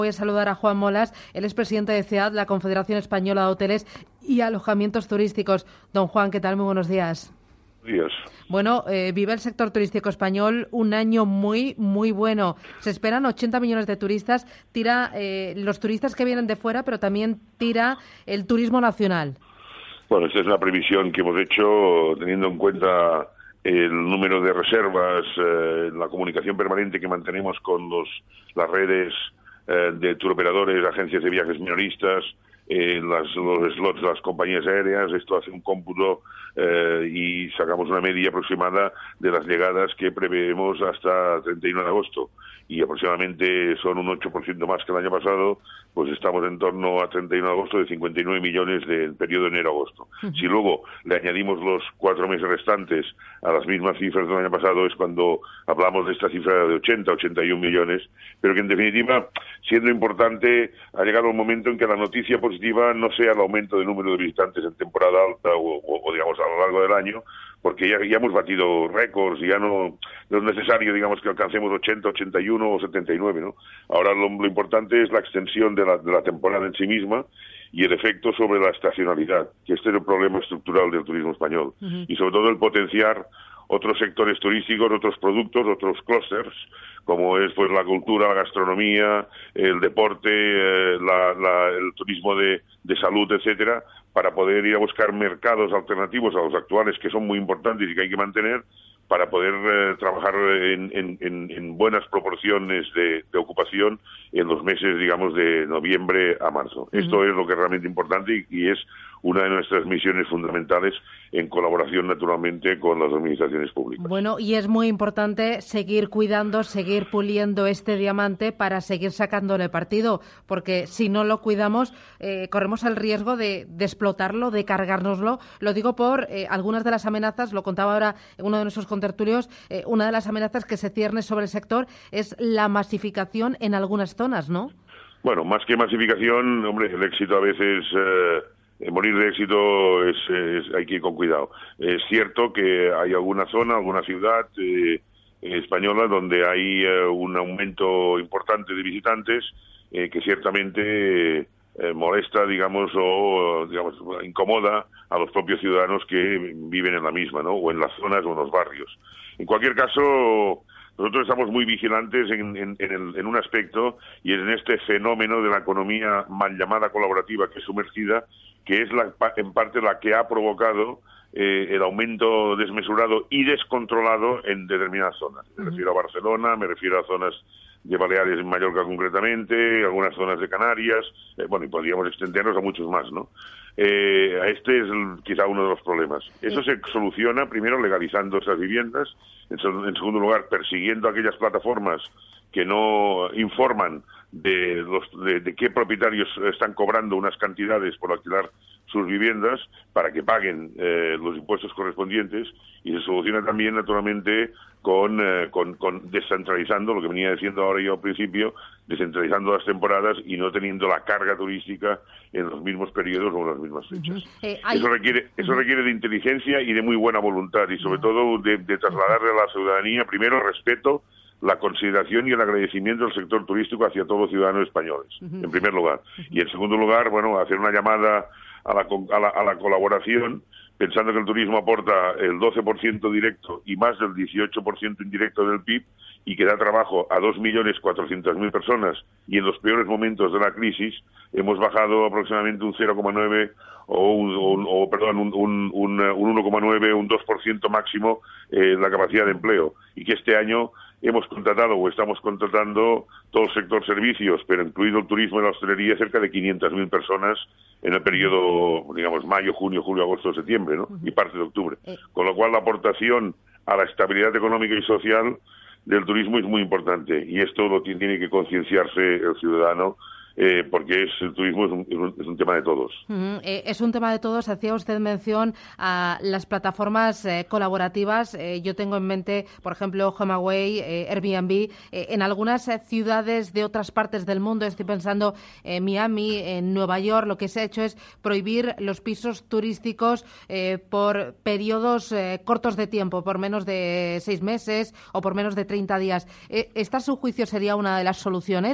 Voy a saludar a Juan Molas, él es presidente de CEAT, la Confederación Española de Hoteles y Alojamientos Turísticos. Don Juan, ¿qué tal? Muy buenos días. Buenos días. Bueno, vive el sector turístico español un año muy bueno. Se esperan 80 millones de turistas. Tira los turistas que vienen de fuera, pero también tira el turismo nacional. Bueno, esta es una previsión que hemos hecho teniendo en cuenta el número de reservas, la comunicación permanente que mantenemos con las redes de turoperadores, agencias de viajes minoristas, los slots de las compañías aéreas. Esto hace un cómputo y sacamos una media aproximada de las llegadas que preveemos hasta 31 de agosto. Y aproximadamente son un 8% más que el año pasado, pues estamos en torno a 31 de agosto de 59 millones del periodo enero-agosto. Si luego le añadimos los 4 meses restantes a las mismas cifras del año pasado, es cuando hablamos de esta cifra de 81 millones, pero que en definitiva, siendo importante, ha llegado un momento en que la noticia positiva no sea el aumento del número de visitantes en temporada alta o digamos a lo largo del año, porque ya hemos batido récords y ya no es necesario, digamos, que alcancemos 80, 81 o 79, ¿no? Ahora lo importante es la extensión de la temporada en sí misma y el efecto sobre la estacionalidad, que este es el problema estructural del turismo español. Y sobre todo el potenciar otros sectores turísticos, otros productos, otros clústeres, como es pues la cultura, la gastronomía, el deporte, el turismo de salud, etcétera, para poder ir a buscar mercados alternativos a los actuales, que son muy importantes y que hay que mantener, para poder trabajar en buenas proporciones de ocupación en los meses, digamos, de noviembre a marzo. Esto es lo que es realmente importante y es una de nuestras misiones fundamentales en colaboración, naturalmente, con las administraciones públicas. Bueno, y es muy importante seguir cuidando, seguir puliendo este diamante para seguir sacándole partido, porque si no lo cuidamos, corremos el riesgo de explotarlo, de cargárnoslo. Lo digo por algunas de las amenazas, lo contaba ahora uno de nuestros contertulios, una de las amenazas que se cierne sobre el sector es la masificación en algunas zonas, ¿no? Bueno, más que masificación, hombre, el éxito a veces... morir de éxito hay que ir con cuidado. Es cierto que hay alguna zona, alguna ciudad española donde hay un aumento importante de visitantes que ciertamente molesta, digamos, o digamos incomoda a los propios ciudadanos que viven en la misma, ¿no? O en las zonas o en los barrios. En cualquier caso, nosotros estamos muy vigilantes en un aspecto, y es en este fenómeno de la economía mal llamada colaborativa, que es sumergida, que es en parte la que ha provocado el aumento desmesurado y descontrolado en determinadas zonas. Me refiero a Barcelona, me refiero a zonas de Baleares, en Mallorca concretamente, algunas zonas de Canarias, y podríamos extendernos a muchos más, ¿no? Este es quizá uno de los problemas. Eso se soluciona primero legalizando esas viviendas, en segundo lugar persiguiendo aquellas plataformas que no informan de qué propietarios están cobrando unas cantidades por alquilar sus viviendas para que paguen los impuestos correspondientes, y se soluciona también naturalmente con descentralizando, lo que venía diciendo ahora yo al principio, descentralizando las temporadas y no teniendo la carga turística en los mismos periodos o en las mismas fechas. Eso requiere de inteligencia y de muy buena voluntad, y sobre todo de trasladarle a la ciudadanía primero respeto, la consideración y el agradecimiento del sector turístico hacia todos los ciudadanos españoles, en primer lugar. Y en segundo lugar, hacer una llamada a la colaboración, pensando que el turismo aporta el 12% directo y más del 18% indirecto del PIB, y que da trabajo a 2.400.000 personas, y en los peores momentos de la crisis hemos bajado aproximadamente un 0,9 un 1,9, un 2% máximo la capacidad de empleo, y que este año hemos contratado o estamos contratando todo el sector servicios, pero incluido el turismo y la hostelería, cerca de 500.000 personas en el periodo, digamos, mayo, junio, julio, agosto, septiembre, ¿no? Y parte de octubre. Con lo cual la aportación a la estabilidad económica y social del turismo es muy importante, y esto lo tiene que concienciarse el ciudadano, porque el turismo es un tema de todos. Es un tema de todos. Hacía usted mención a las plataformas colaborativas. Yo tengo en mente, por ejemplo, HomeAway, Airbnb. En algunas ciudades de otras partes del mundo, estoy pensando en Miami, en Nueva York, lo que se ha hecho es prohibir los pisos turísticos por periodos cortos de tiempo, por menos de 6 meses o por menos de 30 días. ¿Esta, a su juicio, sería una de las soluciones?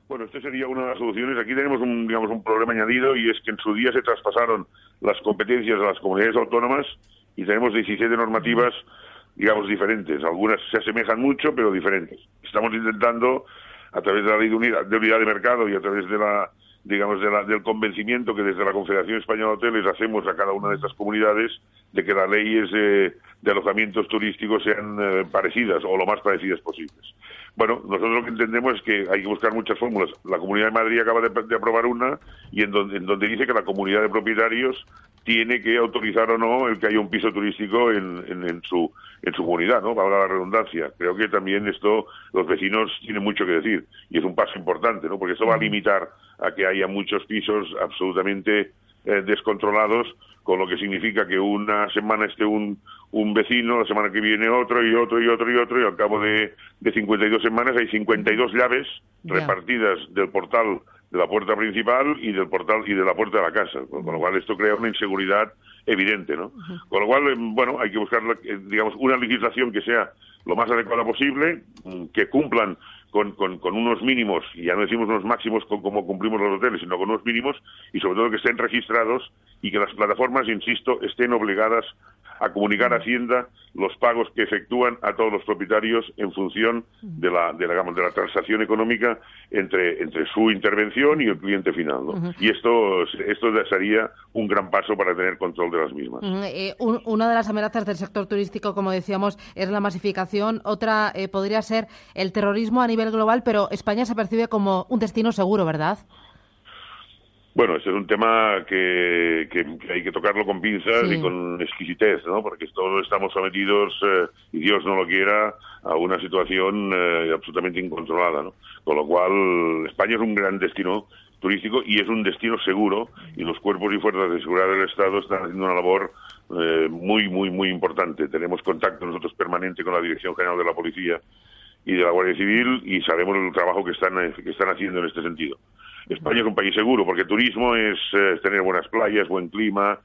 Bueno, esta sería una de las soluciones. Aquí tenemos un problema añadido, y es que en su día se traspasaron las competencias a las comunidades autónomas y tenemos 17 normativas, digamos, diferentes. Algunas se asemejan mucho, pero diferentes. Estamos intentando, a través de la ley de unidad de mercado y a través de del convencimiento que desde la Confederación Española de Hoteles hacemos a cada una de estas comunidades, de que las leyes de alojamientos turísticos sean parecidas o lo más parecidas posibles. Bueno, nosotros lo que entendemos es que hay que buscar muchas fórmulas. La Comunidad de Madrid acaba de aprobar una, y en donde dice que la comunidad de propietarios tiene que autorizar o no el que haya un piso turístico en su comunidad, ¿no? Valga la redundancia. Creo que también esto los vecinos tienen mucho que decir, y es un paso importante, ¿no? Porque esto va a limitar a que haya muchos pisos absolutamente descontrolados, con lo que significa que una semana esté un vecino, la semana que viene otro, y al cabo de 52 semanas hay 52 llaves repartidas del portal de la puerta principal y del portal y de la puerta de la casa, con lo cual esto crea una inseguridad evidente, ¿no? Con lo cual, bueno, hay que buscar, digamos, una legislación que sea lo más adecuada posible, que cumplan con unos mínimos, y ya no decimos unos máximos como cumplimos los hoteles, sino con unos mínimos, y sobre todo que estén registrados y que las plataformas, insisto, estén obligadas a comunicar a Hacienda los pagos que efectúan a todos los propietarios en función de la transacción económica entre su intervención y el cliente final, ¿no? Y esto sería un gran paso para tener control de las mismas. Una de las amenazas del sector turístico, como decíamos, es la masificación. Otra podría ser el terrorismo a nivel global, pero España se percibe como un destino seguro, ¿verdad? Bueno, este es un tema que hay que tocarlo con pinzas y con exquisitez, ¿no? Porque todos estamos sometidos, y Dios no lo quiera, a una situación absolutamente incontrolada, ¿no? Con lo cual, España es un gran destino turístico y es un destino seguro, y los cuerpos y fuerzas de seguridad del Estado están haciendo una labor muy importante. Tenemos contacto nosotros permanente con la Dirección General de la Policía y de la Guardia Civil, y sabemos el trabajo que están haciendo en este sentido. España es un país seguro, porque turismo es tener buenas playas, buen clima,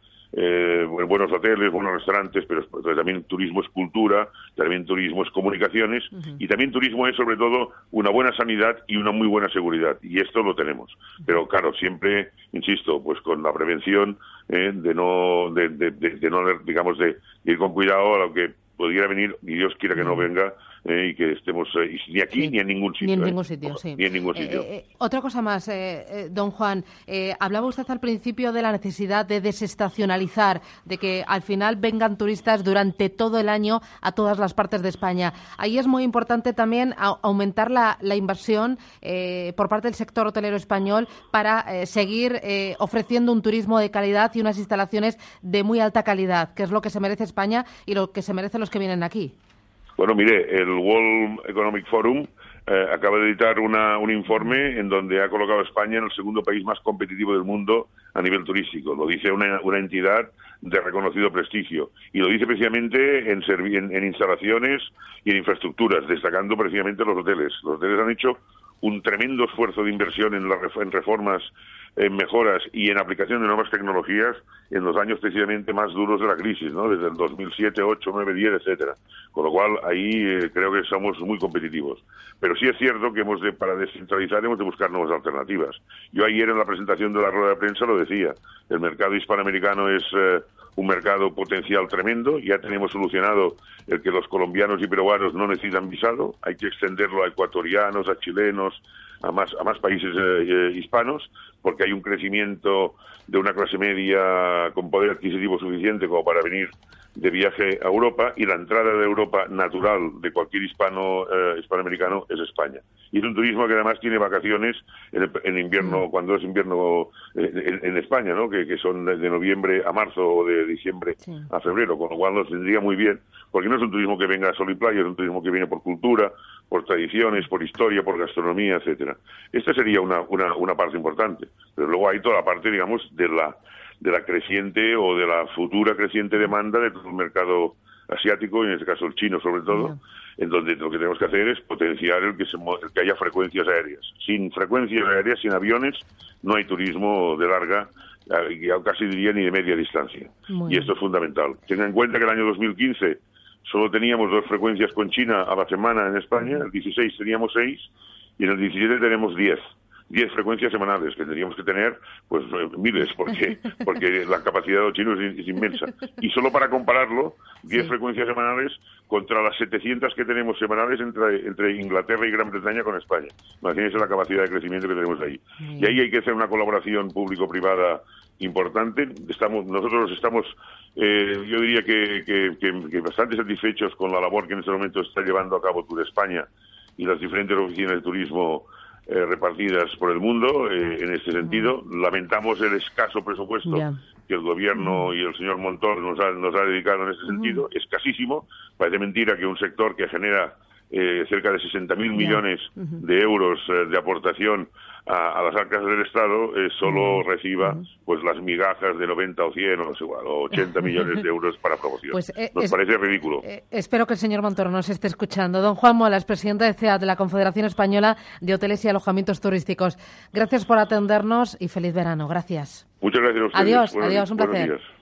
buenos hoteles, buenos restaurantes, pero también turismo es cultura, también turismo es comunicaciones, y también turismo es, sobre todo, una buena sanidad y una muy buena seguridad, y esto lo tenemos. Pero claro, siempre, insisto, pues con la prevención de no digamos, de ir con cuidado a lo que pudiera venir, y Dios quiera que no venga, y que estemos ni aquí ni en ningún sitio. Ni en ningún sitio, Ni en ningún sitio. Otra cosa más, don Juan. Hablaba usted al principio de la necesidad de desestacionalizar, de que al final vengan turistas durante todo el año a todas las partes de España. Ahí es muy importante también aumentar la inversión por parte del sector hotelero español para seguir ofreciendo un turismo de calidad y unas instalaciones de muy alta calidad, que es lo que se merece España y lo que se merecen los que vienen aquí. Bueno, mire, el World Economic Forum acaba de editar un informe en donde ha colocado a España en el segundo país más competitivo del mundo a nivel turístico. Lo dice una entidad de reconocido prestigio, y lo dice precisamente en instalaciones y en infraestructuras, destacando precisamente los hoteles. Los hoteles han hecho un tremendo esfuerzo de inversión en reformas, en mejoras y en aplicación de nuevas tecnologías en los años precisamente más duros de la crisis, ¿no? Desde el 2007, 8, 9, 10, etcétera. Con lo cual, ahí creo que somos muy competitivos. Pero sí es cierto que para descentralizar hemos de buscar nuevas alternativas. Yo ayer en la presentación de la rueda de prensa lo decía, el mercado hispanoamericano es un mercado potencial tremendo. Ya tenemos solucionado el que los colombianos y peruanos no necesitan visado, hay que extenderlo a ecuatorianos, a chilenos, a más países hispanos, porque hay un crecimiento de una clase media con poder adquisitivo suficiente como para venir de viaje a Europa, y la entrada de Europa natural de cualquier hispanoamericano es España. Y es un turismo que además tiene vacaciones en invierno, cuando es invierno en España, ¿no? Que son de noviembre a marzo o de diciembre a febrero, con lo cual nos vendría muy bien, porque no es un turismo que venga a sol y playa, es un turismo que viene por cultura, por tradiciones, por historia, por gastronomía, etcétera. Esta sería una parte importante, pero luego hay toda la parte, digamos, de la creciente o de la futura creciente demanda de todo el mercado asiático, y en este caso el chino sobre todo, en donde lo que tenemos que hacer es potenciar el que haya frecuencias aéreas. Sin frecuencias aéreas, sin aviones, no hay turismo de larga, casi diría ni de media distancia. Y esto es fundamental. Tenga en cuenta que el año 2015 solo teníamos 2 frecuencias con China a la semana en España, el 16 teníamos 6 y en el 17 tenemos 10. 10 frecuencias semanales, que tendríamos que tener pues miles, porque la capacidad de los chinos es inmensa. Y solo para compararlo, 10 frecuencias semanales contra las 700 que tenemos semanales entre Inglaterra y Gran Bretaña con España. Imagínense la capacidad de crecimiento que tenemos ahí. Y ahí hay que hacer una colaboración público-privada importante. Nosotros estamos, yo diría que bastante satisfechos con la labor que en este momento está llevando a cabo Tour España y las diferentes oficinas de turismo repartidas por el mundo en este sentido. Lamentamos el escaso presupuesto que el gobierno y el señor Montoro nos ha dedicado en este sentido, escasísimo. Parece mentira que un sector que genera cerca de 60.000 millones de euros de aportación a las arcas del Estado solo reciba pues las migajas de 90 o 100 o no sé igual, o 80 millones de euros para promoción. Pues, nos parece ridículo. Espero que el señor Montoro nos esté escuchando. Don Juan Molas, presidente de CEAT, de la Confederación Española de Hoteles y Alojamientos Turísticos. Gracias por atendernos y feliz verano. Gracias. Muchas gracias a ustedes. Adiós, un placer. Buenos días.